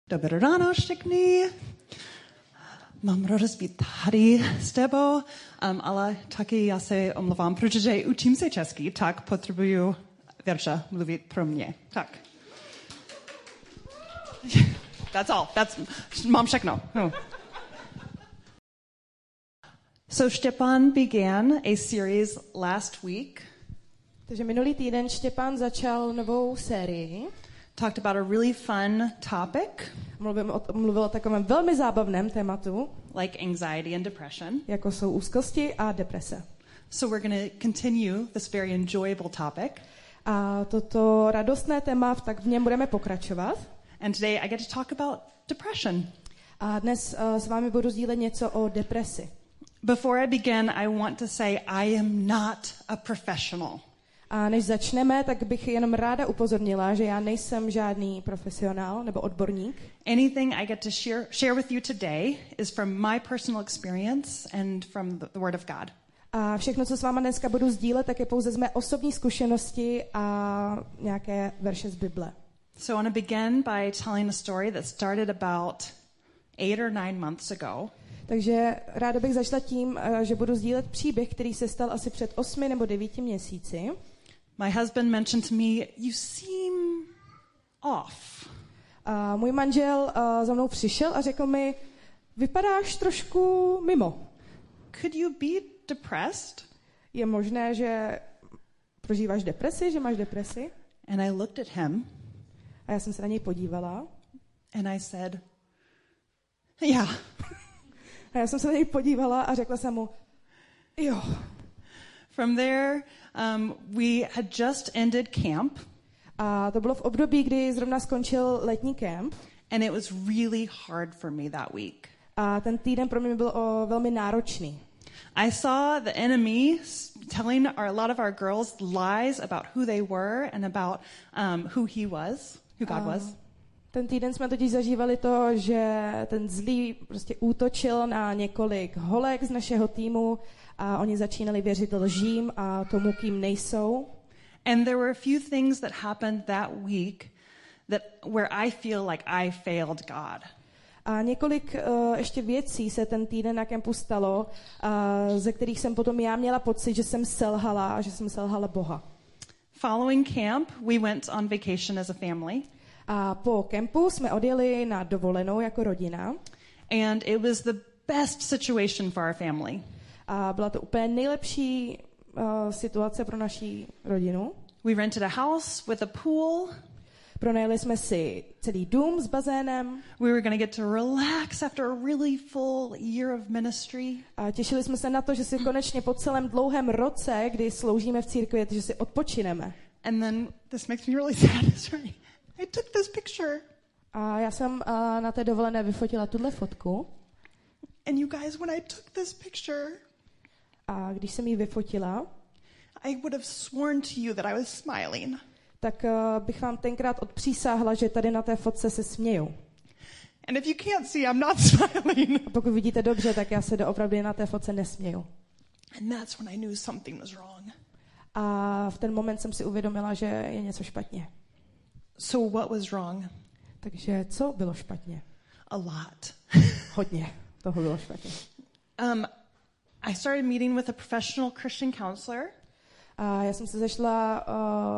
Dobré ráno, všechny. Mám radost být tady s tebou, ale taky já se omlouvám, protože učím se česky, tak potřebuju Verša mluvit pro mě. Tak. That's all. Mám všechno. No. So Štěpán began a series last week. Takže minulý týden Štěpán začal novou sérii. Talked about a really fun topic. Mluvil o takovém velmi zábavném tématu. Like anxiety and depression. Jako jsou úzkosti a deprese. So we're going to continue this very enjoyable topic. A toto radostné téma, tak v něm budeme pokračovat. And today I get to talk about depression. A dnes s vámi budu sdílet něco o depresi. Before I begin, I want to say I am not a professional. A než začneme, tak bych jenom ráda upozornila, že já nejsem žádný profesionál nebo odborník. Anything I get to share with you today is from my personal experience and from the Word of God. A všechno, co s váma dneska budu sdílet, tak je pouze z mé osobní zkušenosti a nějaké verše z Bible. So I want to begin by telling a story that started about 8 or 9 months ago. Takže ráda bych začala tím, že budu sdílet příběh, který se stal asi před 8 nebo 9 měsíci. My husband mentioned to me, you seem off. A můj manžel za mnou přišel a řekl mi, vypadáš trošku mimo. Could you be depressed? Je možné, že prožíváš depresi, že máš depresi? And I looked at him. A já jsem se na něj podívala. And I said, yeah. A já jsem se na něj podívala a řekla jsem mu, jo. From there, we had just ended camp. A to bylo v období, kdy zrovna skončil letní kemp. And it was really hard for me that week. A ten týden pro mě byl velmi náročný. I saw the enemy telling a lot of our girls lies about who they were and about who God was. Ten týden jsme totiž zažívali to, že ten zlý prostě útočil na několik holek z našeho týmu a oni začínali věřit lžím a tomu, kým nejsou. And there were a few things that happened that week where I feel like I failed God. A několik ještě věcí se ten týden na kempu stalo, ze kterých jsem potom já měla pocit, že jsem selhala Boha. Following camp, we went on vacation as a family. A po kempu jsme odjeli na dovolenou jako rodina. And it was the best situation for our family. A byla to úplně nejlepší situace pro naši rodinu. We rented a house with a pool. Pronajali jsme si celý dům s bazénem. We were going to get to relax after a really full year of ministry. A těšili jsme se na to, že si konečně po celém dlouhém roce, kdy sloužíme v církvi, že si odpočineme. And then this makes me really sad. Sorry. I took this picture. A já jsem na té dovolené vyfotila tuhle fotku. And you guys, when I took this picture, a když jsem ji vyfotila, I would have sworn to you that I was smiling. Tak bych vám tenkrát odpřísáhla, že tady na té fotce se směju. And if you can't see, I'm not smiling. A pokud vidíte dobře, tak já se doopravdy na té fotce nesměju. And that's when I knew something was wrong. A v ten moment jsem si uvědomila, že je něco špatně. So what was wrong? Takže co bylo špatně? A lot. Hodně toho bylo špatně. I started meeting with a professional Christian counselor. A já jsem se zašla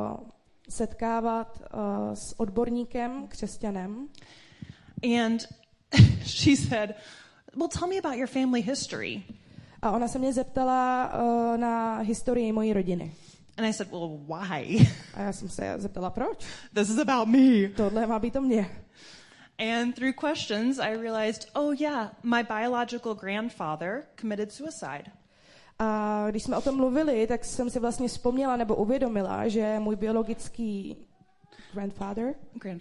setkávat s odborníkem, křesťanem. And she said, well, tell me about your family history. A ona se mě zeptala na historii mojí rodiny. And I said, well, why? A já jsem se zeptala, proč? This is about me. Tohle má být o mně. And through questions, I realized, oh yeah, my biological grandfather committed suicide. A když jsme o tom mluvili, tak jsem si vlastně vzpomněla nebo uvědomila, že můj biologický grandfather.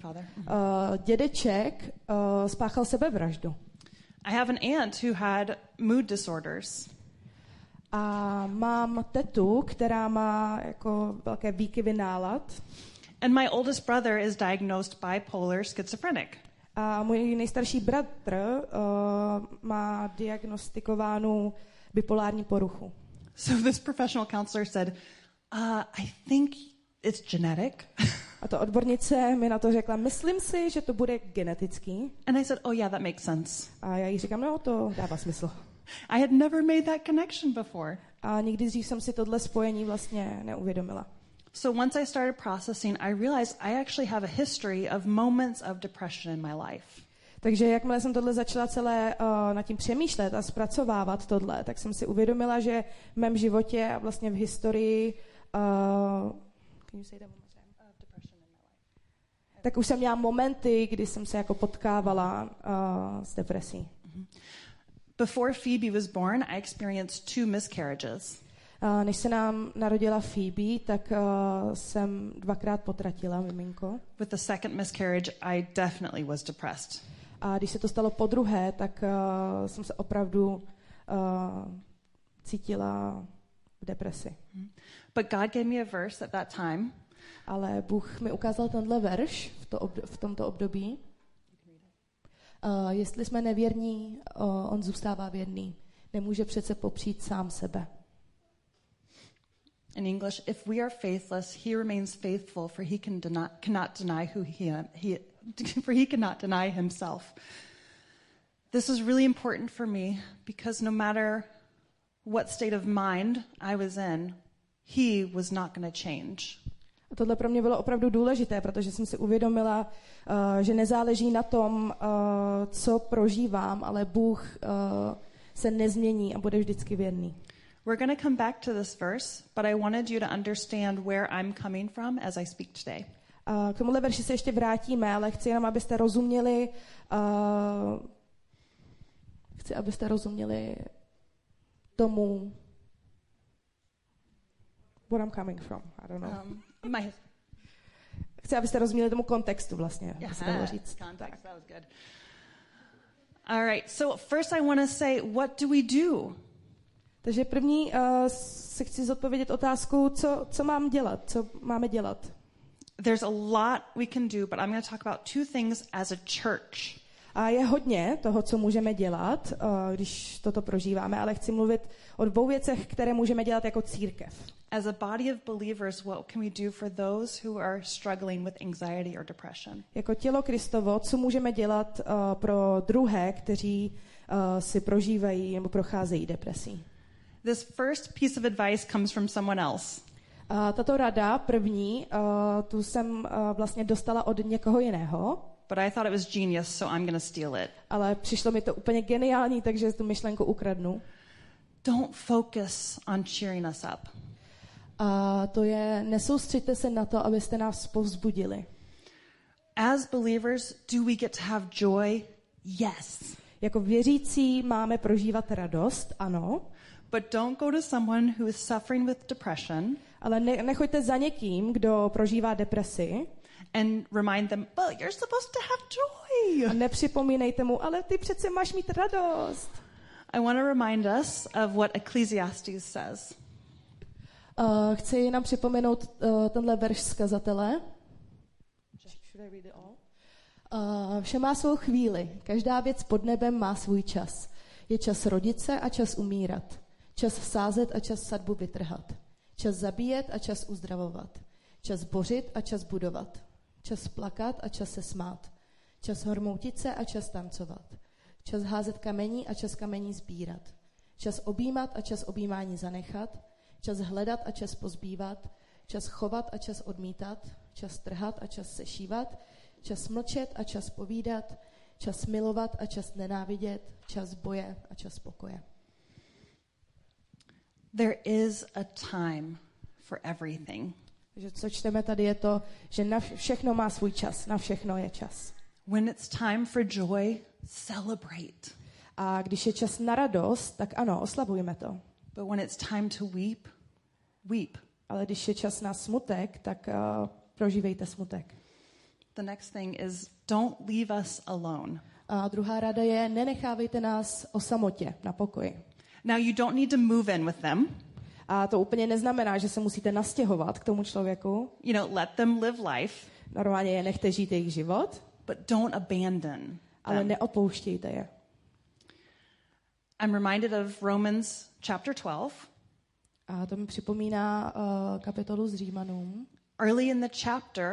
Dědeček spáchal sebevraždu. I have an aunt who had mood disorders. A mám tetu, která má jako velké výkyvy nálad. And my oldest brother is diagnosed bipolar schizophrenic. A můj nejstarší bratr má diagnostikovánu bipolární poruchu. So this professional counselor said, I think it's genetic. A ta odbornice mi na to řekla, myslím si, že to bude genetický. And I said, oh yeah, that makes sense. A já jí říkám, no to dává smysl. I had never made that connection before. A nikdy dřív jsem si tohle spojení vlastně neuvědomila. So once I started processing, I realized I actually have a history of moments of depression in my life. Takže jakmile jsem tohle začala celé nad tím přemýšlet a zpracovávat tohle, tak jsem si uvědomila, že v mém životě a vlastně v historii tak už jsem měla momenty, kdy jsem se jako potkávala s depresí. Before Phoebe was born, I experienced 2 miscarriages. Než se nám narodila Phoebe, tak jsem 2krát potratila miminko. With the second miscarriage, I definitely was depressed. A když se to stalo podruhé, tak jsem se opravdu cítila v depresi. But God gave me a verse at that time. Ale Bůh mi ukázal tenhle verš v tomto období. Jestli jsme nevěrní, on zůstává věrný. Nemůže přece popřít sám sebe. In English, if we are faithless, he remains faithful, for he cannot deny for he cannot deny himself. This was really important for me because no matter what state of mind I was in, he was not going to change. A tohle pro mě bylo opravdu důležité, protože jsem si uvědomila, že nezáleží na tom, co prožívám, ale Bůh se nezmění a bude vždycky věrný. We're going to come back to this verse, but I wanted you to understand where I'm coming from as I speak today. K tomuhle verši se ještě vrátíme, ale chci jenom, abyste rozuměli, tomu, what I'm coming from. I don't know. Chci, abyste rozuměli tomu kontextu vlastně, se dalo říct. Context, that was good. All right, so first I want to say, what do we do? Takže první si chci zodpovědět otázku, co mám dělat, co máme dělat. There's a lot we can do, but I'm going to talk about 2 things as a church. A je hodně toho, co můžeme dělat, když toto prožíváme, ale chci mluvit o 2 věcech, které můžeme dělat jako církev. As a body of believers, what can we do for those who are struggling with anxiety or depression? Jako tělo Kristovo, co můžeme dělat pro druhé, kteří si prožívají nebo procházejí depresí? This first piece of advice comes from someone else. Tato rada první, tu jsem vlastně dostala od někoho jiného. But I thought it was genius, so I'm going to steal it. Ale přišlo mi to úplně geniální, takže tu myšlenku ukradnu. Don't focus on cheering us up. A to je, nesoustřeďte se na to, abyste nás povzbudili. As believers, do we get to have joy? Yes. Jako věřící máme prožívat radost, ano. But don't go to someone who is suffering with depression. Ale nechoďte za někým, kdo prožívá depresi. And remind them, but you're supposed to have joy. A nepřipomínejte mu, ale ty přece máš mít radost. I want to remind us of what Ecclesiastes says. Chci nám připomenout tenhle verš z kazatele. Vše má svou chvíli. Každá věc pod nebem má svůj čas. Je čas rodit se a čas umírat. Čas sázet a čas sadbu vytrhat. Čas zabíjet a čas uzdravovat. Čas bořit a čas budovat. Čas plakat a čas se smát. Čas hormoutit se a čas tancovat. Čas házet kamení a čas kamení sbírat. Čas objímat a čas objímání zanechat. Čas hledat a čas pozbývat. Čas chovat a čas odmítat. Čas trhat a čas sešívat. Čas mlčet a čas povídat. Čas milovat a čas nenávidět. Čas boje a čas pokoje. There is a time for everything. Že co čteme tady je to, že na všechno má svůj čas, na všechno je čas. When it's time for joy, celebrate. A když je čas na radost, tak ano, oslavujme to. But when it's time to weep, weep. Ale když je čas na smutek, tak prožívejte smutek. The next thing is don't leave us alone. A druhá rada je, nenechávejte nás o samotě, na pokoji. Now you don't need to move in with them. A to úplně neznamená, že se musíte nastěhovat k tomu člověku. Let them live life. Normálně je nechte žít jejich život. But don't abandon. Ale neopouštějte je. I'm reminded of Romans chapter 12. A to mi připomíná kapitolu z Římanům. Early in the chapter,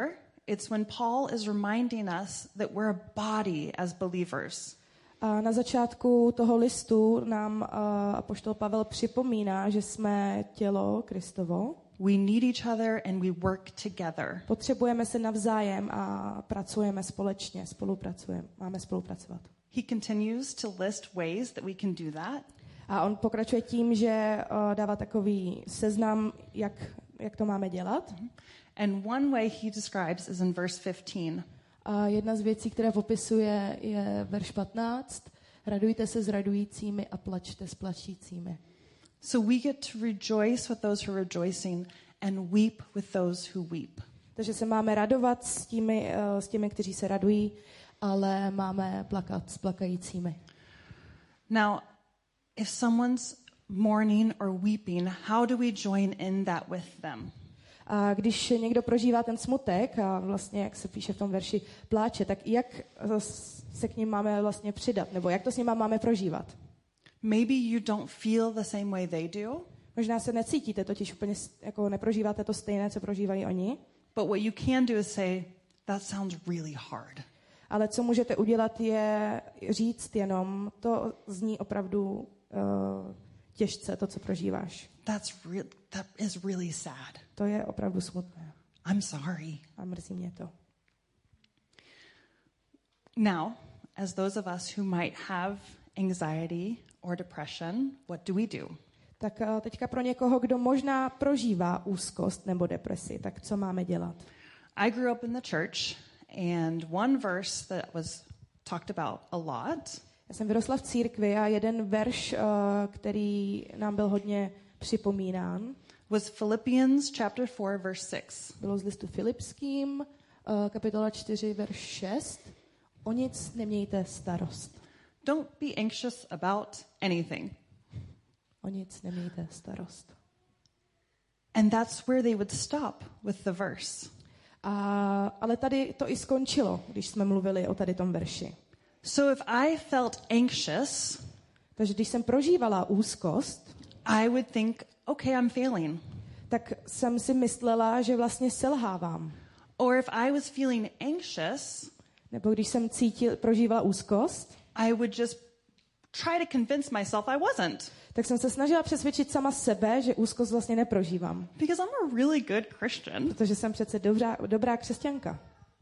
it's when Paul is reminding us that we're a body as believers. A na začátku toho listu nám apoštol Pavel připomíná, že jsme tělo Kristovo. We need each other and we work together. Potřebujeme se navzájem a pracujeme společně, máme spolupracovat. He continues to list ways that we can do that. A on pokračuje tím, že dává takový seznam, jak to máme dělat. And one way he describes is in verse 15. A jedna z věcí, které popisuje, je verš 15. Radujte se s radujícími a plačte s plačícími. So we get to rejoice with those who are rejoicing and weep with those who weep. Takže se máme radovat s těmi, kteří se radují, ale máme plakat s plakajícími. Now, if someone's mourning or weeping, how do we join in that with them? A když někdo prožívá ten smutek, a vlastně, jak se píše v tom verši, pláče, tak jak se k ním máme vlastně přidat, nebo jak to s nimi máme prožívat? Maybe you don't feel the same way they do. Možná se necítíte, totiž úplně jako neprožíváte to stejné, co prožívají oni. But what you can do is say, that sounds really hard. Ale co můžete udělat, je říct jenom, to zní opravdu těžce, to, co prožíváš. That is really sad. To je opravdu smutné. I'm sorry. A mrzí mě to. Now, as those of us who might have anxiety or depression, what do we do? Tak teďka pro někoho, kdo možná prožívá úzkost nebo depresi, tak co máme dělat? I grew up in the church, and one verse that was talked about a lot. Já jsem vyrostla v církvi a jeden verš, který nám byl hodně připomínán, was Philippians chapter 4 verse 6. bylo z listu Filipským, kapitola 4, verš 6. O nic nemějte starost. Don't be anxious about anything. O nic nemějte starost. And that's where they would stop with the verse. Ale tady to i skončilo, když jsme mluvili o tady tom verši. So if I felt anxious, takže když jsem prožívala úzkost, I would think, okay, I'm failing. Tak jsem si myslela, že vlastně selhávám. Or if I was feeling anxious, nebo když jsem prožívala úzkost, I would just try to convince myself I wasn't. Tak jsem se snažila přesvědčit sama sebe, že úzkost vlastně neprožívám. Because I'm a really good Christian. Protože jsem přece dobrá křesťanka.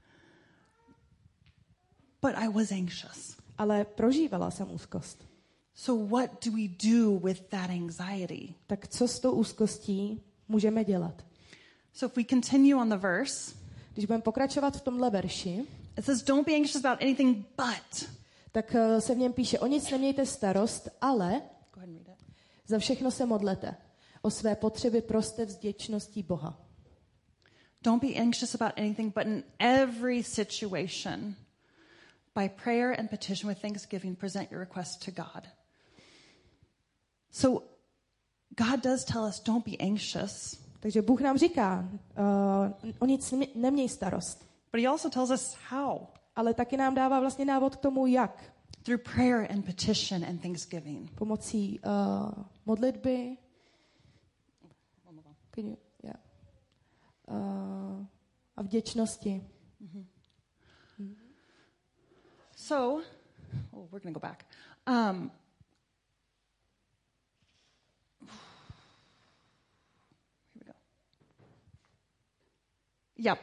But I was anxious. Ale prožívala jsem úzkost. So what do we do with that anxiety? Tak co s tou úzkostí můžeme dělat? So if we continue on the verse, když budeme pokračovat v tomhle verši, it says don't be anxious about anything but. Tak se v něm píše, o nic nemějte starost, ale za všechno se modlete. O své potřeby proste vděčností Boha. Don't be anxious about anything, but in every situation, by prayer and petition with thanksgiving, present your requests to God. So God does tell us, don't be anxious. Takže Bůh nám říká, o nic neměj starost. But he also tells us how. Ale taky nám dává vlastně návod k tomu, jak. Through prayer and petition and thanksgiving. Pomocí modlitby. A vděčnosti. Mm-hmm. So, we're going to go back. Here we go. Yep.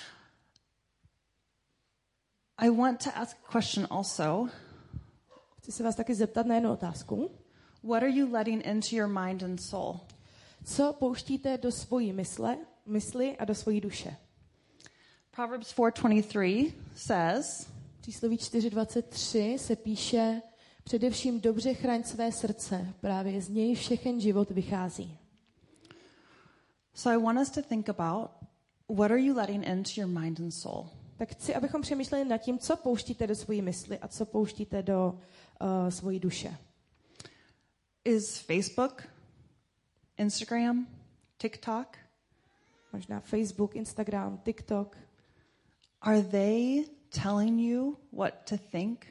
I want to ask a question also. Chci se vás taky zeptat na jednu otázku. What are you letting into your mind and soul? Co pouštíte do svojí mysli a do svojí duše? Proverbs 4:23 says, Přísloví 4:23 se píše, především dobře chraň své srdce, právě z něj všechen život vychází. So I want us to think about what are you letting into your mind and soul? Tak chci, abychom přemýšleli nad tím, co pouštíte do svojí mysli a co pouštíte do svojí duše. Is Facebook, Instagram, TikTok? Možná Facebook, Instagram, TikTok. Are they telling you what to think?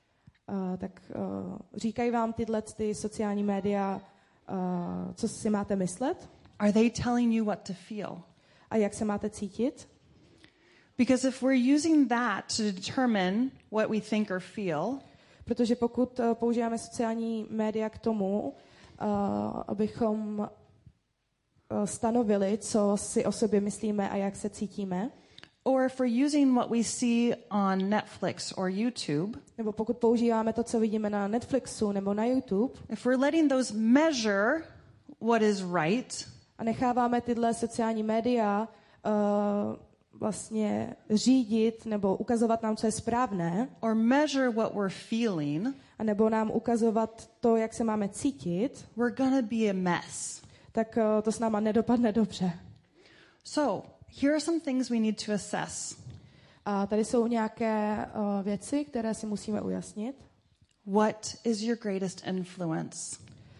Říkají vám ty sociální média, co si máte myslet? Are they telling you what to feel? A jak se máte cítit? Because if we're using that to determine what we think or feel, Protože pokud používáme sociální média k tomu, abychom stanovili, co si o sobě myslíme a jak se cítíme, or if we're using what we see on Netflix or YouTube, nebo pokud používáme to, co vidíme na Netflixu nebo na YouTube, if we're letting those measure what is right, a necháváme tyhle sociální média vlastně řídit nebo ukazovat nám, co je správné, or measure what we're feeling, a nebo nám ukazovat to, jak se máme cítit, we're gonna be a mess. tak to s náma nedopadne dobře. So, here are some things we need to assess. A tady jsou nějaké věci, které si musíme ujasnit. What is your greatest influence?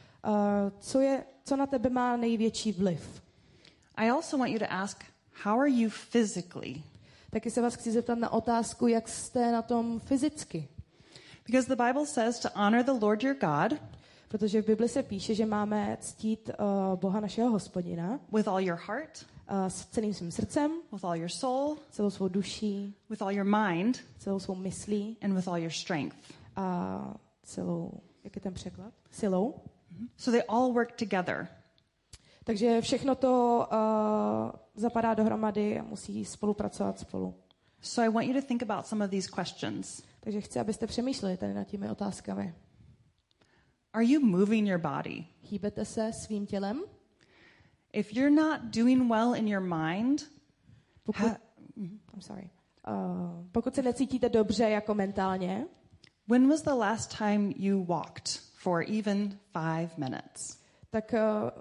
Co na tebe má největší vliv? I also want you to ask, how are you physically? Taky se vás chci zeptat na otázku, jak jste na tom fyzicky. Because the Bible says to honor the Lord your God Protože v Bibli se píše, že máme ctít Boha našeho Hospodina with all your heart, s celým svým srdcem, with all your soul, celou svou duší, with all your mind, celou svou myslí and with all your strength. a celou, jak je ten překlad? Silou. So they all work together. Takže všechno to zapadá dohromady a musí spolupracovat spolu. So I want you to think about some of these questions. Takže chci, abyste přemýšleli tady nad těmi otázkami. Are you moving your body? Hýbete se svým tělem? If you're not doing well in your mind, Pokud se necítíte dobře jako mentálně, when was the last time you walked for even 5 minutes? tak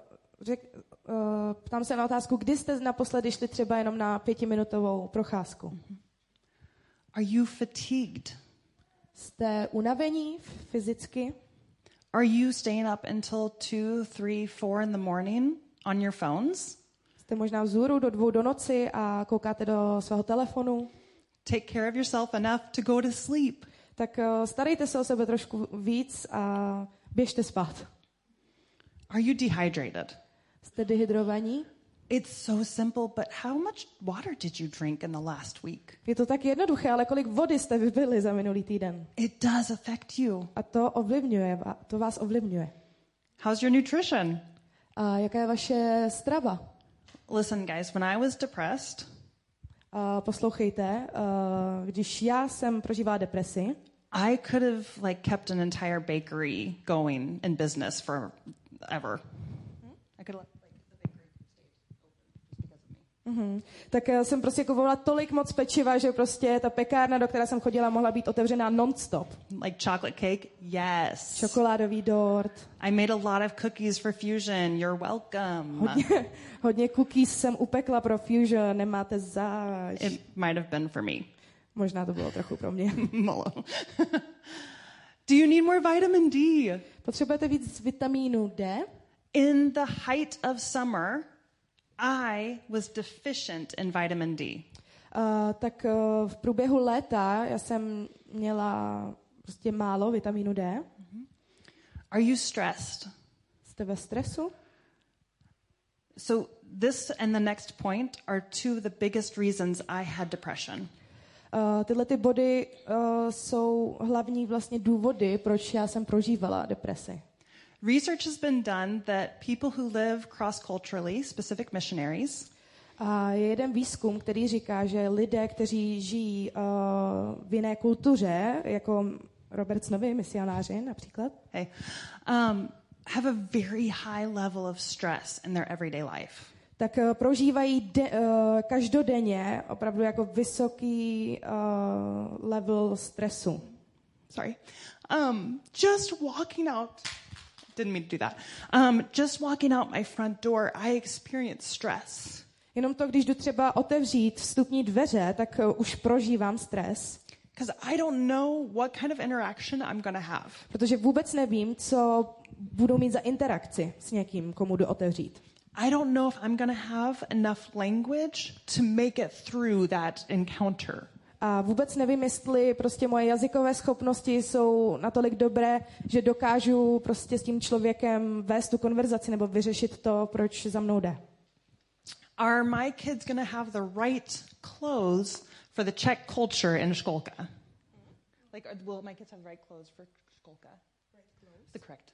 ptám se na otázku, kdy jste naposledy šli třeba jenom na 5minutovou procházku? Are you fatigued? Jste unavení fyzicky? Are you staying up until 2, 3, 4 in the morning on your phones? Jste možná vzhůru do 2 do noci a koukáte do svého telefonu? Take care of yourself enough to go to sleep. Tak starejte se o sebe trošku víc a běžte spát. Are you dehydrated? Jste dehydrovaní? It's so simple, but how much water did you drink in the last week? Je to tak jednoduché, ale kolik vody jste vypili za minulý týden? It does affect you. A to vás ovlivňuje. How's your nutrition? A jaká je vaše strava? Listen, guys, when I was depressed, Poslouchejte, když já jsem prožívala depresi, I could have kept an entire bakery going in business forever. I could have left the bakery stage open because of me. Tak jsem prostě kupovala tolik moc pečiva, že prostě ta pekárna, do které jsem chodila, mohla být otevřená non-stop. Like chocolate cake? Yes. Čokoládový dort. I made a lot of cookies for Fusion. You're welcome. Hodně cookies jsem upekla pro Fusion, nemáte zač. It might have been for me. Možná to bylo trochu pro mě. Do you need more vitamin D? Potřebujete víc vitamínu D? In the height of summer, I was deficient in vitamin D. Tak v průběhu léta já jsem měla prostě málo vitamínu D. Are you stressed? Jste ve stresu? So this and the next point are two of the biggest reasons I had depression. Tyhle ty body jsou hlavní vlastně důvody, proč já jsem prožívala depresi. Research has been done that people who live cross-culturally, specific missionaries, A je jeden výzkum, který říká, že lidé, kteří žijí v jiné kultuře, jako Robertsonovi misionáři například, have a very high level of stress in their everyday life. tak prožívají každodenně opravdu jako vysoký level stresu. Sorry. Just walking out, didn't mean to do that. Just walking out my front door, I experienced stress. Jenom to, když jdu třeba otevřít vstupní dveře, tak už prožívám stres. Because I don't know what kind of interaction I'm going to have. Protože vůbec nevím, co budu mít za interakci s někým, komu jdu otevřít. I don't know if I'm going to have enough language to make it through that encounter. A vůbec nevím, jestli prostě moje jazykové schopnosti jsou natolik dobré, že dokážu prostě s tím člověkem vést tu konverzaci nebo vyřešit to, proč za mnou jde. Are my kids going to have the right clothes for the Czech culture in školka. Like, will my kids have right clothes for školka? Right clothes. The correct.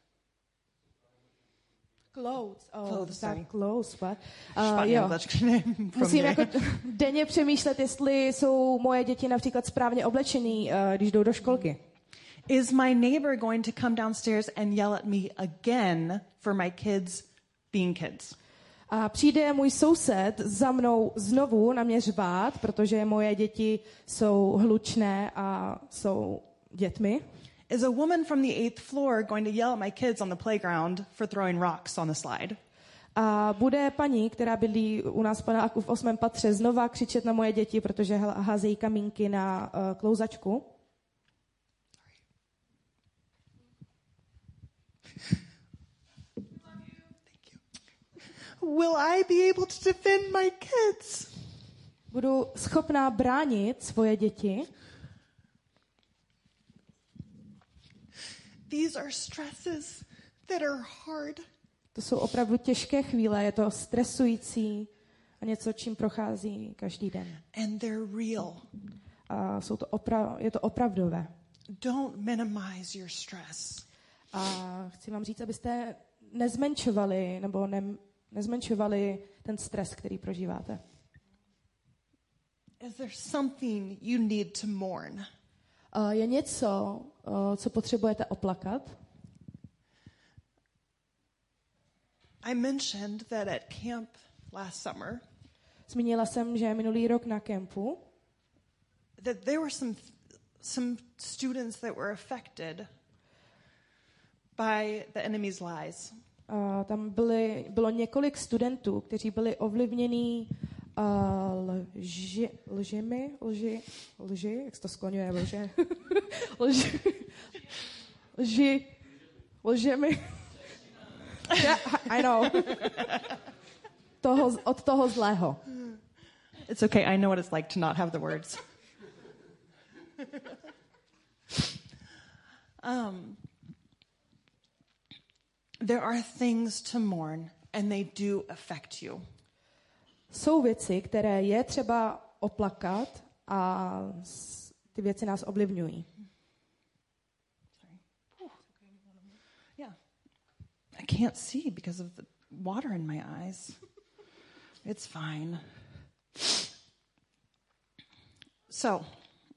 Clothes. Oh, Clothes, sorry. Clothes, what? Špatně angličtině. Musím jako denně přemýšlet, jestli jsou moje děti například správně oblečený, když jdou do školky. Is my neighbor going to come downstairs and yell at me again for my kids being kids? A přijde můj soused za mnou znovu na mě řvát, protože moje děti jsou hlučné a jsou dětmi. Is a woman from the 8th floor going to yell at my kids on the playground for throwing rocks on the slide? A bude paní, která bydlí u nás v paneláku v 8. patře, znova křičet na moje děti, protože házejí kamínky na klouzačku. Will I be able to defend my kids? Budu schopná bránit svoje děti. These are stresses that are hard. To jsou opravdu těžké chvíle, je to stresující a něco, čím prochází každý den. And they're real. A je to opravdové. Don't minimize your stress. A chci vám říct, abyste nezmenšovali nebo nezmenšovali ten stres, který prožíváte. Is there something you need to mourn? Je něco, co potřebujete oplakat? I mentioned that at camp last summer. Zmínila jsem, že minulý rok na kempu that there were some students that were affected by the enemy's lies. Tam bylo několik studentů, kteří byli ovlivnění lži, jak se to skloňuje, lžemi. Yeah, I know. Od toho zlého. It's okay, I know what it's like to not have the words. There are things to mourn and they do affect you. Jsou věci, které je třeba oplakat a ty věci nás ovlivňují. Yeah. I can't see because of the water in my eyes. It's fine. So,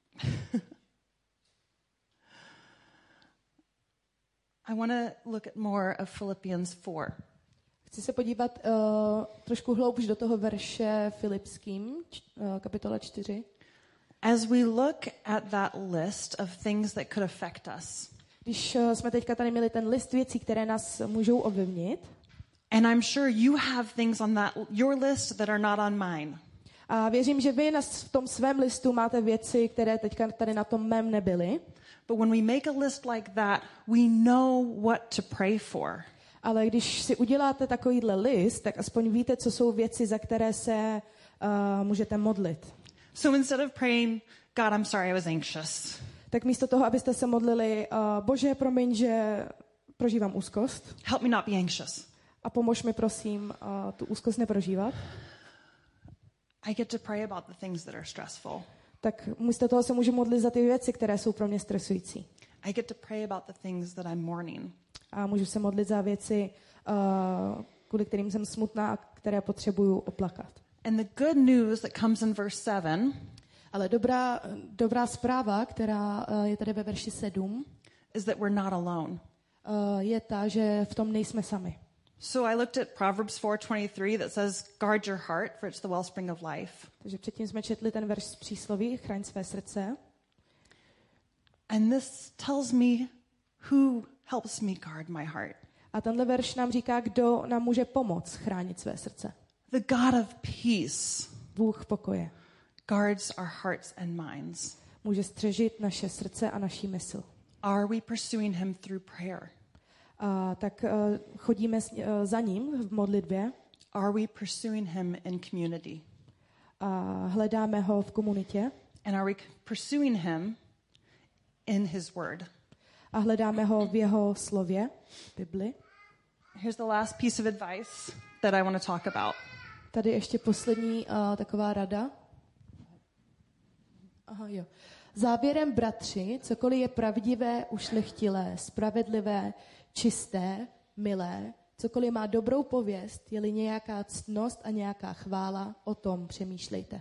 I want to look at more of Philippians 4. Chci se podívat trošku hloubš do toho verše Filipským, kapitola 4. As we look at that list of things that could affect us. Když jsme teďka tady měli ten list věcí, které nás můžou ovlivnit. And I'm sure you have things on your list that are not on mine. A věřím, že vy v tom svém listu máte věci, které teďka tady na tom mém nebyly. But when we make a list like that, we know what to pray for. Ale když si uděláte takovýhle list, tak aspoň víte, co jsou věci, za které se můžete modlit. So instead of praying, God, I'm sorry, I was anxious. Tak místo toho, abyste se modlili, Bože, promiň, že prožívám úzkost. Help me not be anxious. A pomož mi, prosím, tu úzkost neprožívat. I get to pray about the things that are stressful. Tak místo toho se můžu modlit za ty věci, které jsou pro mě stresující. I get to pray about the things that I'm mourning. A můžu se modlit za věci, kvůli kterým jsem smutná a které potřebuju oplakat. And the good news that comes in verse 7 ale dobrá zpráva, která je tady ve verši 7, is that we're not alone. Je ta, že v tom nejsme sami. So I looked at Proverbs 4:23 that says, guard your heart, for it's the wellspring of life. Takže předtím jsme četli ten verš z přísloví, chraň své srdce. And this tells me who helps me guard my heart. A tenhle verš nám říká, kdo nám může pomoct chránit své srdce. The God of peace. Bůh pokoje. Guards our hearts and minds. Může střežit naše srdce a naší mysl. Are we pursuing him through prayer? Tak chodíme za ním v modlitbě. Are we pursuing him in community? Hledáme ho v komunitě. And are we pursuing him in his word? A hledáme ho v jeho slově, Bibli. Here's the last piece of advice that I want to talk about. Tady ještě poslední taková rada. Jo. Závěrem, bratři, cokoliv je pravdivé, ušlechtilé, spravedlivé, čisté, milé, cokoliv má dobrou pověst, je-li nějaká ctnost a nějaká chvála, o tom přemýšlejte.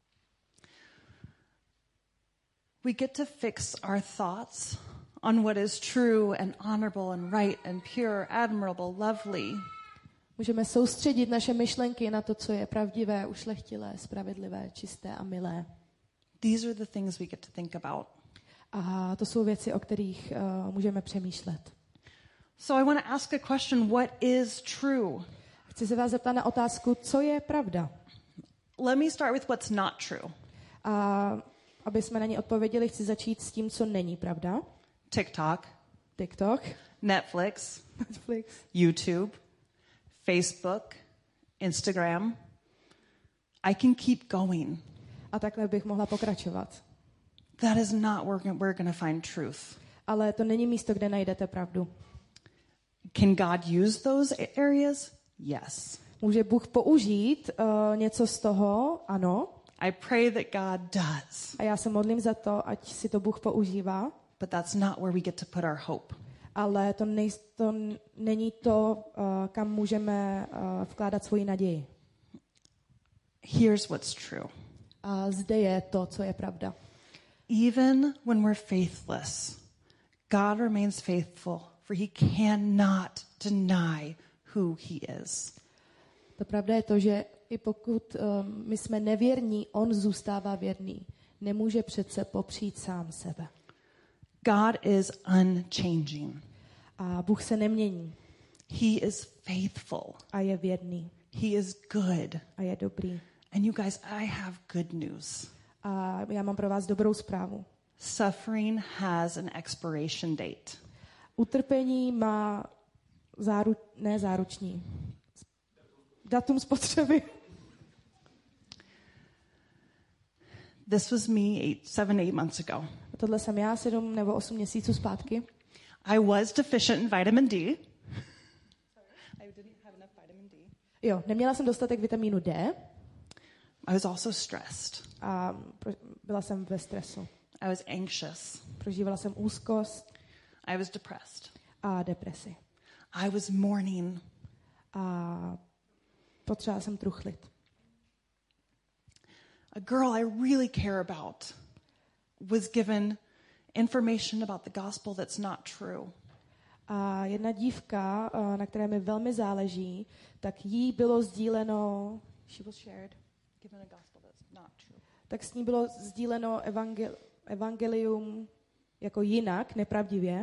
We get to fix our thoughts on what is true and honorable and right and pure, admirable, lovely. Můžeme soustředit naše myšlenky na to, co je pravdivé, ušlechtilé, spravedlivé, čisté a milé. These are the things we get to think about. A to jsou věci, o kterých můžeme přemýšlet. So I want to ask a question, what is true? Chci se vás zeptat na otázku, co je pravda. Let me start with what's not true. A aby jsme na ní odpověděli, chci začít s tím, co není pravda. TikTok, Netflix, YouTube, Facebook, Instagram. I can keep going. A takhle bych mohla pokračovat. That is not where we're going to find truth. Ale to není místo, kde najdete pravdu. Can God use those areas? Yes. Může Bůh použít něco z toho? Ano. I pray that God does. A já se modlím za to, ať si to Bůh používá. But that's not where we get to put our hope. Ale to není to, kam můžeme vkládat svoji naději. Here's what's true. A zde je to, co je pravda. Even when we're faithless, God remains faithful, for he cannot deny who he is. To pravda je to, že i pokud my jsme nevěrní, on zůstává věrný. Nemůže přece popřít sám sebe. God is unchanging. A Bůh se nemění. He is faithful. A je věrný. He is good. A je dobrý. And you guys, I have good news. A já mám pro vás dobrou zprávu. Suffering has an expiration date. Utrpení má záruční. Datum spotřeby. This was me 7-8 months ago. Tohle jsem já 7 nebo 8 měsíců zpátky. I was deficient in vitamin D. I didn't have enough vitamin D. Jo, neměla jsem dostatek vitamínu D. I was also stressed. A byla jsem ve stresu. I was anxious. Prožívala jsem úzkost. I was depressed. A depresi. I was mourning. A potřebovala jsem truchlit. A girl I really care about was given information about the gospel that's not true. A jedna dívka, na které mi velmi záleží, tak jí bylo sdíleno, she was shared, Given a gospel that's not true. tak s ní bylo sdíleno evangelium jako jinak, nepravdivě.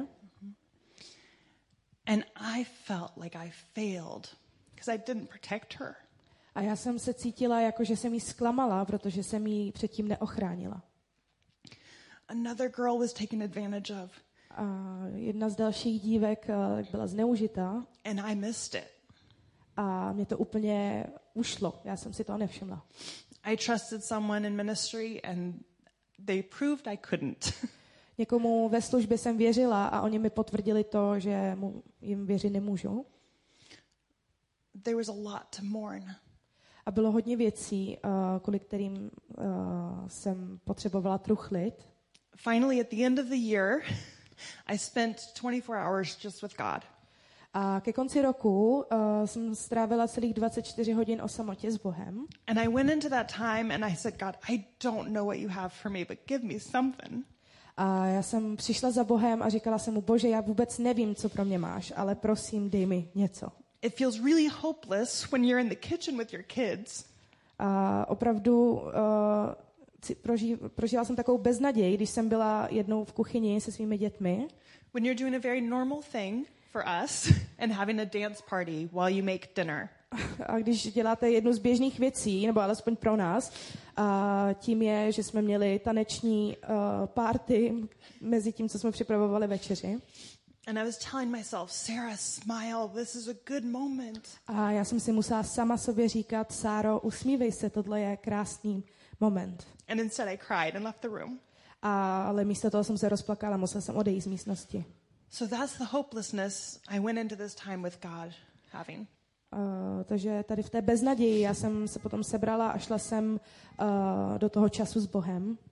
And I felt like I failed because I didn't protect her. A já jsem se cítila, jako že jsem jí zklamala, protože jsem jí předtím neochránila. Another girl was taken advantage of. A jedna z dalších dívek byla zneužitá. And I missed it. A mě to úplně ušlo. Já jsem si to nevšimla. I trusted someone in ministry and they proved I couldn't. Někomu ve službě jsem věřila a oni mi potvrdili to, že jim věřit nemůžu. There was a lot to mourn. A bylo hodně věcí, kvůli kterým jsem potřebovala truchlit. Finally, at the end of the year, I spent 24 hours just with God. A ke konci roku jsem strávila celých 24 hodin o samotě s Bohem. And I went into that time and I said, God, I don't know what you have for me, but give me something. A já jsem přišla za Bohem a říkala jsem mu, Bože, já vůbec nevím, co pro mě máš, ale prosím, dej mi něco. It feels really hopeless when you're in the kitchen with your kids. A opravdu prožila jsem takovou beznaděj, když jsem byla jednou v kuchyni se svými dětmi. When you're doing a very normal thing for us and having a dance party while you make dinner. A když děláte jednu z běžných věcí, nebo alespoň pro nás, a tím je, že jsme měli taneční party mezi tím, co jsme připravovali večeři. And I was telling myself, Sarah, smile, this is a good moment. A já jsem si musela sama sobě říkat, Sáro, usmívej se, tohle je krásný moment. And instead I cried and left the room. Ale místo toho jsem se rozplakala, musela jsem odejít z místnosti. So that's the hopelessness I went into this time with God having. Takže tady v té beznaději já jsem se potom sebrala a šla jsem do toho času s Bohem.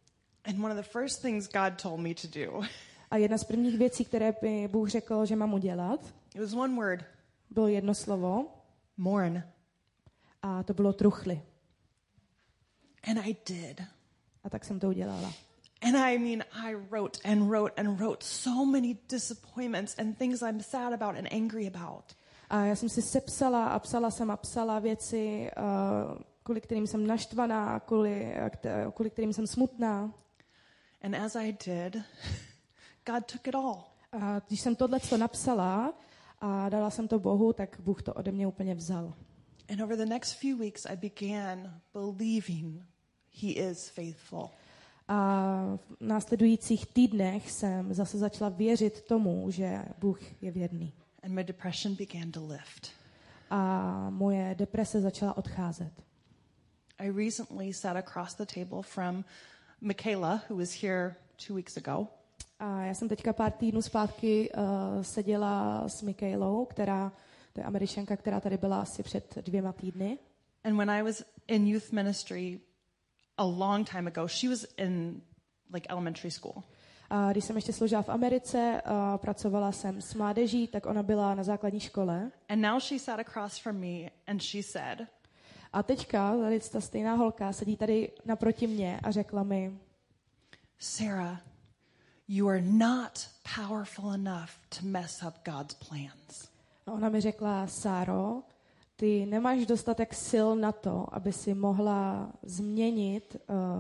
And one of the first things God told me to do, A jedna z prvních věcí, které by Bůh řekl, že mám udělat, it was one word, bylo jedno slovo mourn. a to bylo truchly. And I did. A tak jsem to udělala. And I mean, I wrote and wrote and wrote so many disappointments and things I'm sad about and angry about. A já jsem si sepsala a psala věci, kvůli kterým jsem naštvaná, kvůli kterým jsem smutná. And as I did, God took it all. A když jsem tohleto napsala a dala jsem to Bohu, tak Bůh to ode mě úplně vzal. And over the next few weeks, I began believing He is faithful. A v následujících týdnech jsem zase začala věřit tomu, že Bůh je věrný. And my depression began to lift. A moje deprese začala odcházet. I recently sat across the table from Michaela, who was here 2 weeks ago. A já jsem teďka pár týdnů zpátky seděla s Michaelou, to je Američanka, která tady byla asi před 2 týdny. And when I was in youth ministry a long time ago, she was in like elementary school. A když jsem ještě sloužila v Americe, pracovala jsem s mládeží, tak ona byla na základní škole. And now she sat across from me and she said, A teďka tady ta stejná holka sedí tady naproti mě a řekla mi, Sarah, you are not powerful enough to mess up God's plans. a ona mi řekla, Sáro, ty nemáš dostatek sil na to, aby si mohla změnit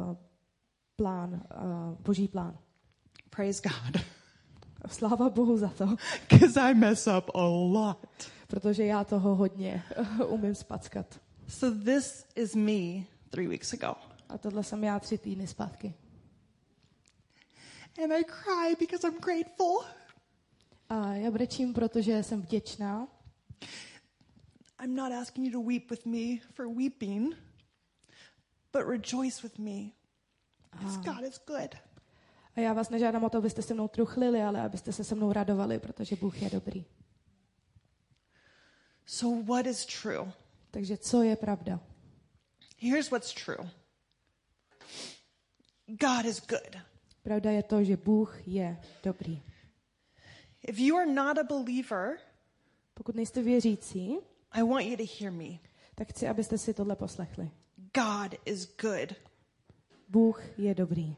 Boží plán. Praise God. Sláva Bohu za to, Because I mess up a lot. protože já toho hodně umím spackat. So this is me 3 weeks ago. A tohle jsem já 3 týdny zpátky. And I cry because I'm grateful. A já brečím, protože jsem vděčná. I'm not asking you to weep with me for weeping, but rejoice with me. Because God is good. A já vás nežádám o to, abyste se mnou truchlili, ale abyste se se mnou radovali, protože Bůh je dobrý. So what is true? Takže co je pravda? Here's what's true. God is good. Pravda je to, že Bůh je dobrý. If you are not a believer, Pokud nejste věřící, I want you to hear me. tak chci, abyste si tohle poslechli. God is good. Bůh je dobrý.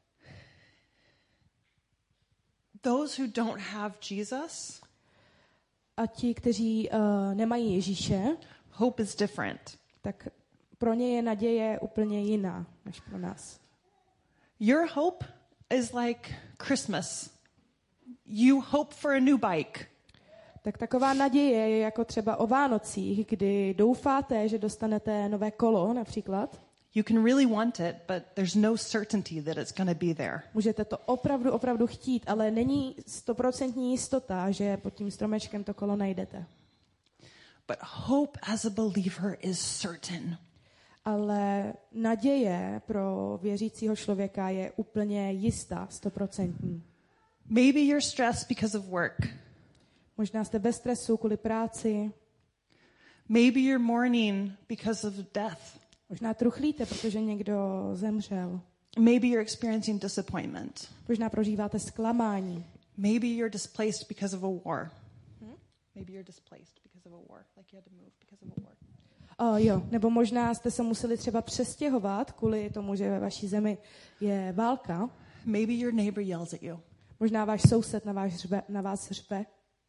Those who don't have Jesus, A ti, kteří nemají Ježíše, hope is different. tak pro ně je naděje úplně jiná než pro nás. Your hope is like Christmas. You hope for a new bike. Tak taková naděje je jako třeba o Vánocích, kdy doufáte, že dostanete nové kolo například. You can really want it, but there's no certainty that it's going to be there. Můžete to opravdu chtít, ale není 100% jistota, že pod tím stromečkem to kolo najdete. But hope as a believer is certain. Ale naděje pro věřícího člověka je úplně jistá, 100%. Maybe you're stressed because of work. Možná jste bez stresu kvůli práci. Maybe you're mourning because of death. Možná truchlíte, protože někdo zemřel. Maybe you're experiencing disappointment. Možná prožíváte zklamání. Maybe you're displaced because of a war. Maybe you're displaced because of a war, like you had to move because of a war. Nebo možná jste se museli třeba přestěhovat kvůli tomu, že ve vaší zemi je válka. Maybe your neighbor yells at you. Možná váš soused na vás řve.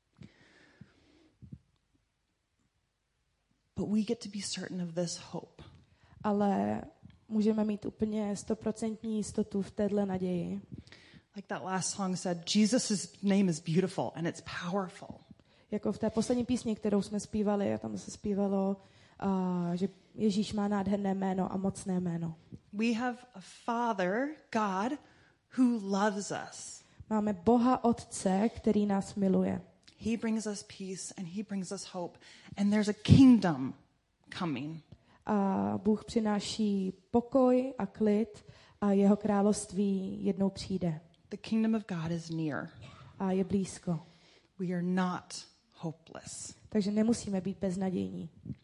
But we get to be certain of this hope. Ale můžeme mít úplně 100% jistotu v téhle naději. Like that last song said, Jesus' name is beautiful and it's powerful. Jako v té poslední písni, kterou jsme zpívali, a tam se zpívalo, že Ježíš má nádherné jméno a mocné jméno. We have a Father, God, who loves us. Máme Boha Otce, který nás miluje. He brings us peace and he brings us hope. And there's a kingdom coming. A Bůh přináší pokoj a klid a jeho království jednou přijde. The kingdom of God is near. A je blízko. We are not hopeless. Takže nemusíme být beznadějní.